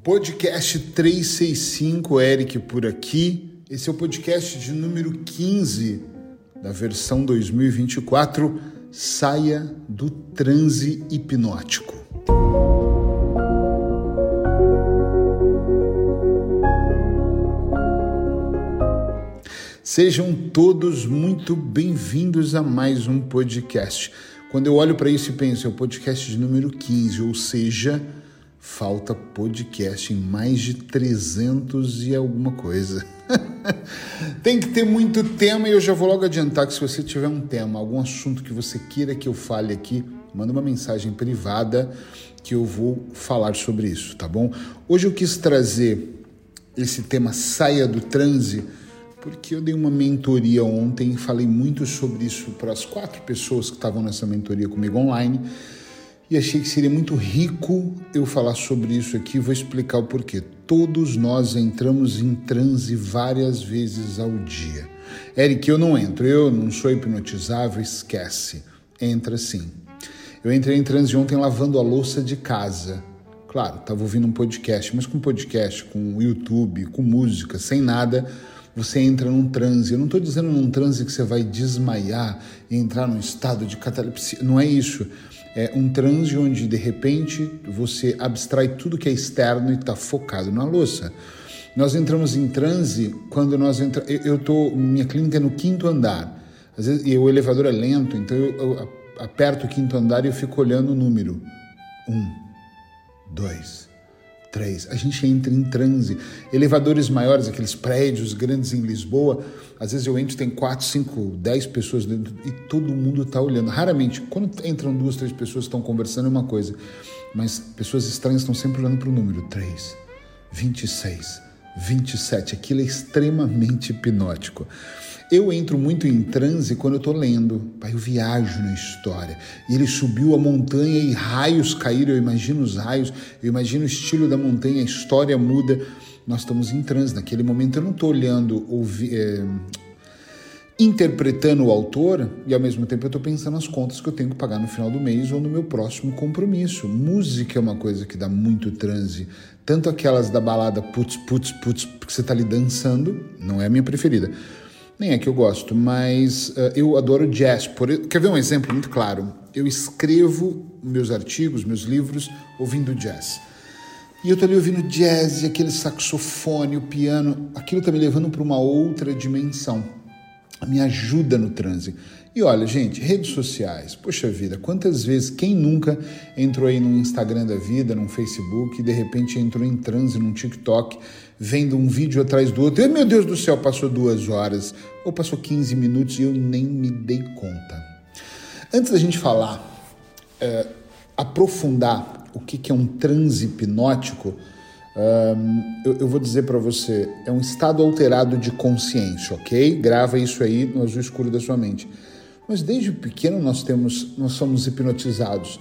Podcast 365, Eric por aqui. Esse é o podcast de número 15 da versão 2024, Saia do Transe Hipnótico. Sejam todos muito bem-vindos a mais um podcast. Quando eu olho para isso e penso, é o podcast de número 15, ou seja, falta podcast em mais de 300 e alguma coisa. Tem que ter muito tema e eu já vou logo adiantar que se você tiver um tema, algum assunto que você queira que eu fale aqui, manda uma mensagem privada que eu vou falar sobre isso, tá bom? Hoje eu quis trazer esse tema Saia do Transe, porque eu dei uma mentoria ontem e falei muito sobre isso para as 4 pessoas que estavam nessa mentoria comigo online e achei que seria muito rico eu falar sobre isso aqui. Vou explicar o porquê. Todos nós entramos em transe várias vezes ao dia. Eric, eu não sou hipnotizável, esquece. Entra sim. Eu entrei em transe ontem lavando a louça de casa. Claro, estava ouvindo um podcast, mas com podcast, com YouTube, com música, sem nada, você entra num transe. Eu não estou dizendo num transe que você vai desmaiar e entrar num estado de catalepsia. Não é isso. É um transe onde, de repente, você abstrai tudo que é externo e está focado na louça. Nós entramos em transe quando nós entramos... Minha clínica é no 5º andar. Às vezes, e o elevador é lento, então eu aperto o 5º andar e eu fico olhando o número. 1, 2... 3. A gente entra em transe. Elevadores maiores, aqueles prédios grandes em Lisboa, às vezes eu entro e tem 4, 5, 10 pessoas dentro e todo mundo está olhando. Raramente, quando entram 2, 3 pessoas que estão conversando é uma coisa, mas pessoas estranhas estão sempre olhando para o número 3, 26, 27. Aquilo é extremamente hipnótico. Eu entro muito em transe quando eu estou lendo. Eu viajo na história. E ele subiu a montanha e raios caíram. Eu imagino os raios, eu imagino o estilo da montanha, a história muda. Nós estamos em transe. Naquele momento eu não estou olhando, interpretando o autor e ao mesmo tempo eu estou pensando nas contas que eu tenho que pagar no final do mês ou no meu próximo compromisso. Música é uma coisa que dá muito transe. Tanto aquelas da balada putz, porque você está ali dançando, não é a minha preferida. Nem é que eu gosto, mas eu adoro jazz. Quer ver um exemplo muito claro? Eu escrevo meus artigos, meus livros, ouvindo jazz. E eu estou ali ouvindo jazz e aquele saxofone, o piano, aquilo está me levando para uma outra dimensão. Me ajuda no transe. E olha, gente, redes sociais, poxa vida, quantas vezes, quem nunca entrou aí no Instagram da vida, no Facebook, e de repente entrou em transe, num TikTok, vendo um vídeo atrás do outro, e meu Deus do céu, passou 2 horas, ou passou 15 minutos e eu nem me dei conta. Antes da gente falar, aprofundar o que é um transe hipnótico, eu vou dizer para você, é um estado alterado de consciência, ok? Grava isso aí no azul escuro da sua mente. Mas desde pequeno nós somos hipnotizados.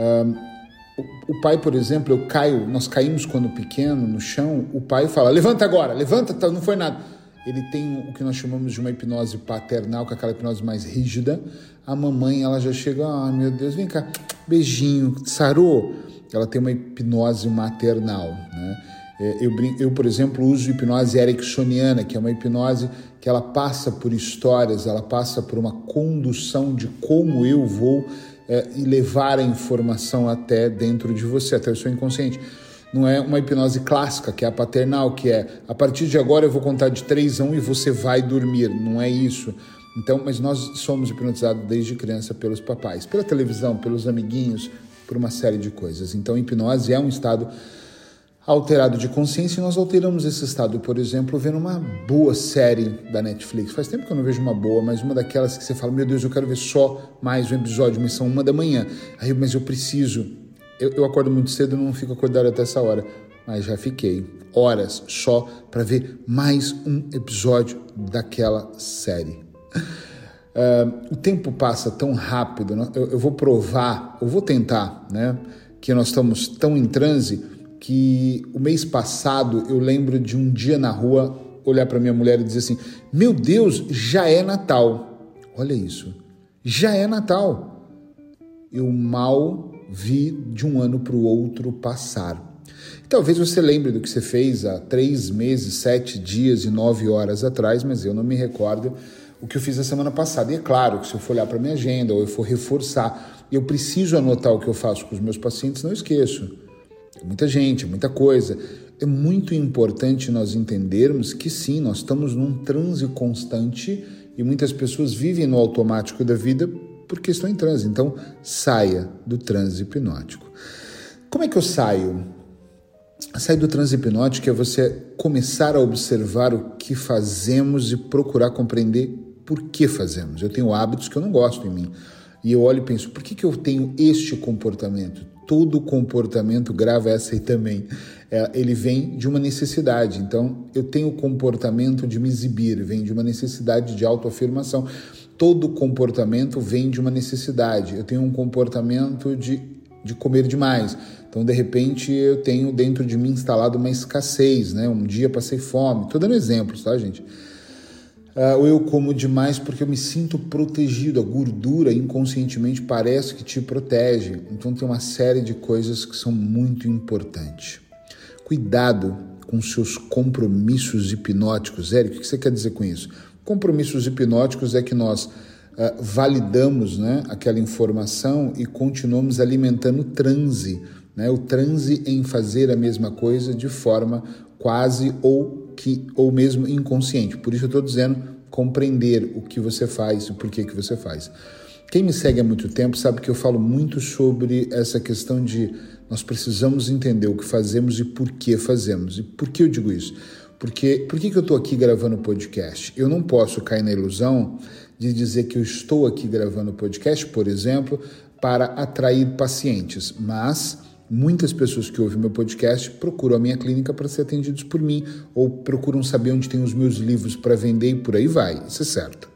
O pai, por exemplo, nós caímos quando pequeno no chão, o pai fala, levanta agora, levanta, não foi nada. Ele tem o que nós chamamos de uma hipnose paternal, que é aquela hipnose mais rígida. A mamãe, ela já chega, meu Deus, vem cá, beijinho, sarou. Ela tem uma hipnose maternal, né? Eu, por exemplo, uso hipnose ericksoniana, que é uma hipnose que ela passa por histórias, ela passa por uma condução de como eu vou levar a informação até dentro de você, até o seu inconsciente. Não é uma hipnose clássica, que é a paternal, que é a partir de agora eu vou contar de 3 a 1 e você vai dormir. Não é isso. Então, mas nós somos hipnotizados desde criança pelos papais, pela televisão, pelos amiguinhos, por uma série de coisas. Então, a hipnose é um estado alterado de consciência e nós alteramos esse estado, por exemplo, vendo uma boa série da Netflix. Faz tempo que eu não vejo uma boa, mas uma daquelas que você fala, meu Deus, eu quero ver só mais um episódio, mas são 1 da manhã. Mas eu preciso. Eu acordo muito cedo e não fico acordado até essa hora, mas já fiquei horas só para ver mais um episódio daquela série. O tempo passa tão rápido, eu vou tentar, né, que nós estamos tão em transe que o mês passado eu lembro de um dia na rua olhar para minha mulher e dizer assim, meu Deus, já é Natal. Olha isso, já é Natal. Eu mal vi de um ano para o outro passar. talvez você lembre do que você fez há 3 meses, 7 dias e 9 horas atrás, mas eu não me recordo o que eu fiz a semana passada. E é claro que se eu for olhar para a minha agenda ou eu for reforçar, eu preciso anotar o que eu faço com os meus pacientes, não esqueço. É muita gente, é muita coisa. É muito importante nós entendermos que sim, nós estamos num transe constante e muitas pessoas vivem no automático da vida porque estão em transe. Então, saia do transe hipnótico. Como é que eu saio? Sair do transe hipnótico é você começar a observar o que fazemos e procurar compreender por que fazemos. Eu tenho hábitos que eu não gosto em mim. E eu olho e penso, por que eu tenho este comportamento? Todo comportamento, grava essa aí também, ele vem de uma necessidade. Então, eu tenho o comportamento de me exibir, vem de uma necessidade de autoafirmação. Todo comportamento vem de uma necessidade. Eu tenho um comportamento de comer demais. Então, de repente, eu tenho dentro de mim instalado uma escassez, né? Um dia passei fome. Estou dando exemplos, tá, gente? Ou eu como demais porque eu me sinto protegido. A gordura, inconscientemente, parece que te protege. Então, tem uma série de coisas que são muito importantes. Cuidado com seus compromissos hipnóticos. Érico, o que você quer dizer com isso? Compromissos hipnóticos é que nós validamos, né, aquela informação e continuamos alimentando o transe, né, o transe em fazer a mesma coisa de forma quase ou mesmo inconsciente. Por isso eu estou dizendo compreender o que você faz e o porquê que você faz. Quem me segue há muito tempo sabe que eu falo muito sobre essa questão de nós precisamos entender o que fazemos e por que fazemos. E por que eu digo isso? Por que eu estou aqui gravando o podcast? Eu não posso cair na ilusão de dizer que eu estou aqui gravando o podcast, por exemplo, para atrair pacientes, mas muitas pessoas que ouvem meu podcast procuram a minha clínica para ser atendidos por mim ou procuram saber onde tem os meus livros para vender e por aí vai, isso é certo.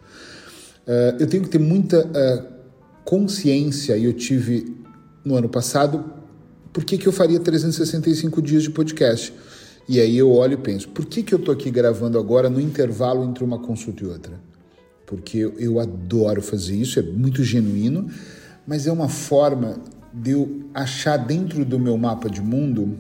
Eu tenho que ter muita consciência, e eu tive no ano passado, por que eu faria 365 dias de podcast? E aí eu olho e penso, por que eu estou aqui gravando agora no intervalo entre uma consulta e outra? Porque eu adoro fazer isso, é muito genuíno, mas é uma forma de eu achar dentro do meu mapa de mundo,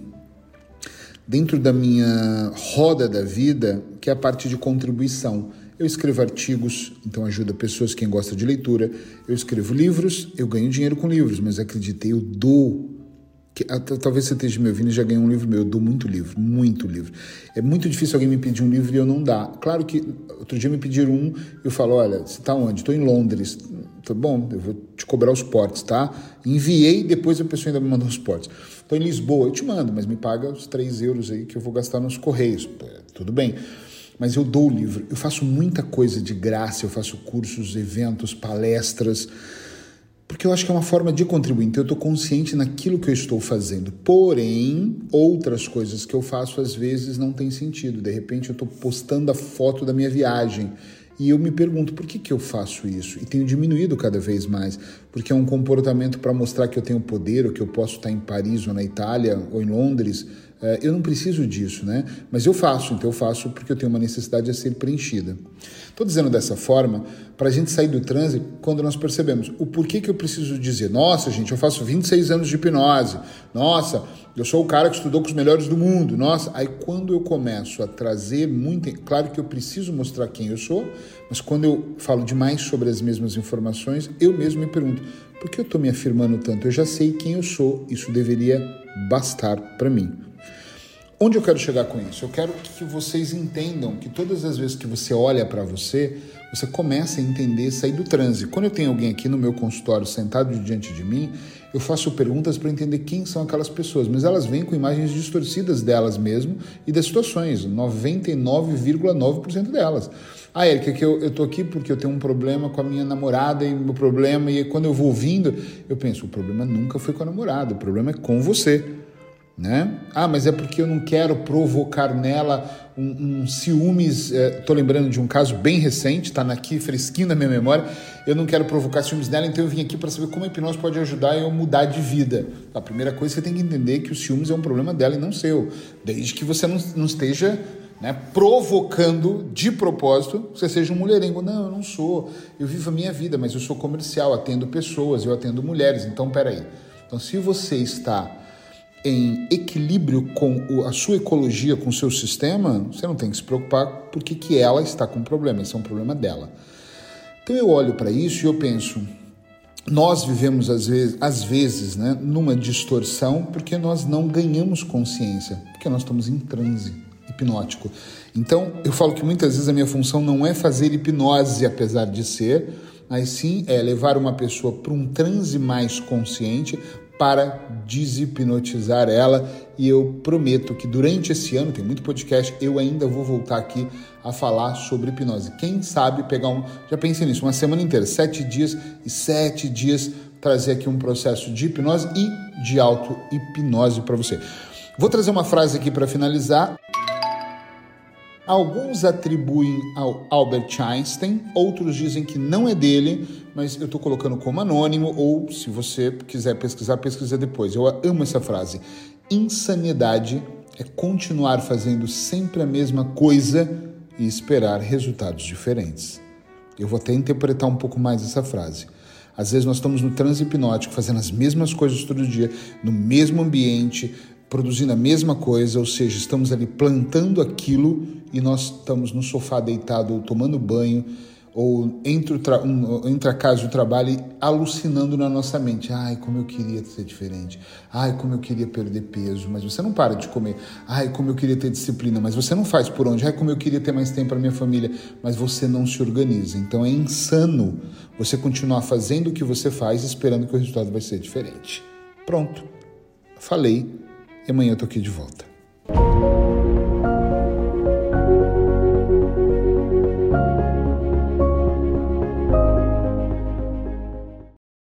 dentro da minha roda da vida, que é a parte de contribuição. Eu escrevo artigos, então ajuda pessoas, quem gosta de leitura. Eu escrevo livros, eu ganho dinheiro com livros, mas acreditei, eu dou. Talvez você esteja me ouvindo e já ganhou um livro meu. Eu dou muito livro, muito livro. É muito difícil alguém me pedir um livro e eu não dar. Claro que outro dia me pediram um, eu falo, olha, você está onde? Estou em Londres. Tá bom, eu vou te cobrar os portes, tá? Enviei, depois a pessoa ainda me mandou os portes. Estou em Lisboa, eu te mando, mas me paga os 3 euros aí que eu vou gastar nos correios. Tudo bem. Mas eu dou o livro. Eu faço muita coisa de graça, eu faço cursos, eventos, palestras, porque eu acho que é uma forma de contribuir. Então eu estou consciente naquilo que eu estou fazendo. Porém, outras coisas que eu faço às vezes não tem sentido. De repente eu estou postando a foto da minha viagem e eu me pergunto, por que eu faço isso? E tenho diminuído cada vez mais, porque é um comportamento para mostrar que eu tenho poder, ou que eu posso estar em Paris ou na Itália ou em Londres. Eu não preciso disso, né? Mas eu faço, então eu faço porque eu tenho uma necessidade a ser preenchida. Estou dizendo dessa forma para a gente sair do transe quando nós percebemos o porquê que eu preciso dizer, nossa, gente, eu faço 26 anos de hipnose, nossa, eu sou o cara que estudou com os melhores do mundo, nossa. Aí quando eu começo a trazer muito, claro que eu preciso mostrar quem eu sou, mas quando eu falo demais sobre as mesmas informações, eu mesmo me pergunto, por que eu estou me afirmando tanto? Eu já sei quem eu sou, isso deveria bastar para mim. Onde eu quero chegar com isso? Eu quero que vocês entendam que todas as vezes que você olha para você, você começa a entender, sair do transe. Quando eu tenho alguém aqui no meu consultório sentado diante de mim, eu faço perguntas para entender quem são aquelas pessoas, mas elas vêm com imagens distorcidas delas mesmo e das situações, 99,9% delas. Ah, Érica, que eu tô aqui porque eu tenho um problema com a minha namorada e meu problema, e quando eu vou ouvindo, eu penso, o problema nunca foi com a namorada, o problema é com você. Né? Ah, mas é porque eu não quero provocar nela um ciúmes. Estou lembrando de um caso bem recente, está aqui fresquinho na minha memória. Eu não quero provocar ciúmes nela, então eu vim aqui para saber como a hipnose pode ajudar eu mudar de vida. A primeira coisa, você tem que entender que o ciúmes é um problema dela e não seu, desde que você não esteja, né, provocando de propósito, você seja um mulherengo. Não, eu não sou, eu vivo a minha vida, mas eu sou comercial, atendo pessoas, eu atendo mulheres, então peraí. Então se você está em equilíbrio com a sua ecologia, com o seu sistema, você não tem que se preocupar porque que ela está com problema, esse é um problema dela. Então eu olho para isso e eu penso, nós vivemos às vezes, né, numa distorção porque nós não ganhamos consciência, porque nós estamos em transe hipnótico. Então eu falo que muitas vezes a minha função não é fazer hipnose, apesar de ser, mas sim é levar uma pessoa para um transe mais consciente para deshipnotizar ela, e eu prometo que durante esse ano, tem muito podcast, eu ainda vou voltar aqui a falar sobre hipnose. Quem sabe pegar já pensei nisso, uma semana inteira, 7 dias e 7 dias, trazer aqui um processo de hipnose e de auto-hipnose para você. Vou trazer uma frase aqui para finalizar. Alguns atribuem ao Albert Einstein, outros dizem que não é dele, mas eu estou colocando como anônimo, ou se você quiser pesquisar, pesquisa depois. Eu amo essa frase. Insanidade é continuar fazendo sempre a mesma coisa e esperar resultados diferentes. Eu vou até interpretar um pouco mais essa frase. Às vezes nós estamos no transe hipnótico, fazendo as mesmas coisas todo dia, no mesmo ambiente, produzindo a mesma coisa, ou seja, estamos ali plantando aquilo e nós estamos no sofá deitado ou tomando banho, ou entre a casa e o trabalho, alucinando na nossa mente. Ai, como eu queria ser diferente. Ai, como eu queria perder peso. Mas você não para de comer. Ai, como eu queria ter disciplina. Mas você não faz por onde. Ai, como eu queria ter mais tempo para minha família. Mas você não se organiza. Então é insano você continuar fazendo o que você faz esperando que o resultado vai ser diferente. Pronto. Falei. E amanhã eu tô aqui de volta.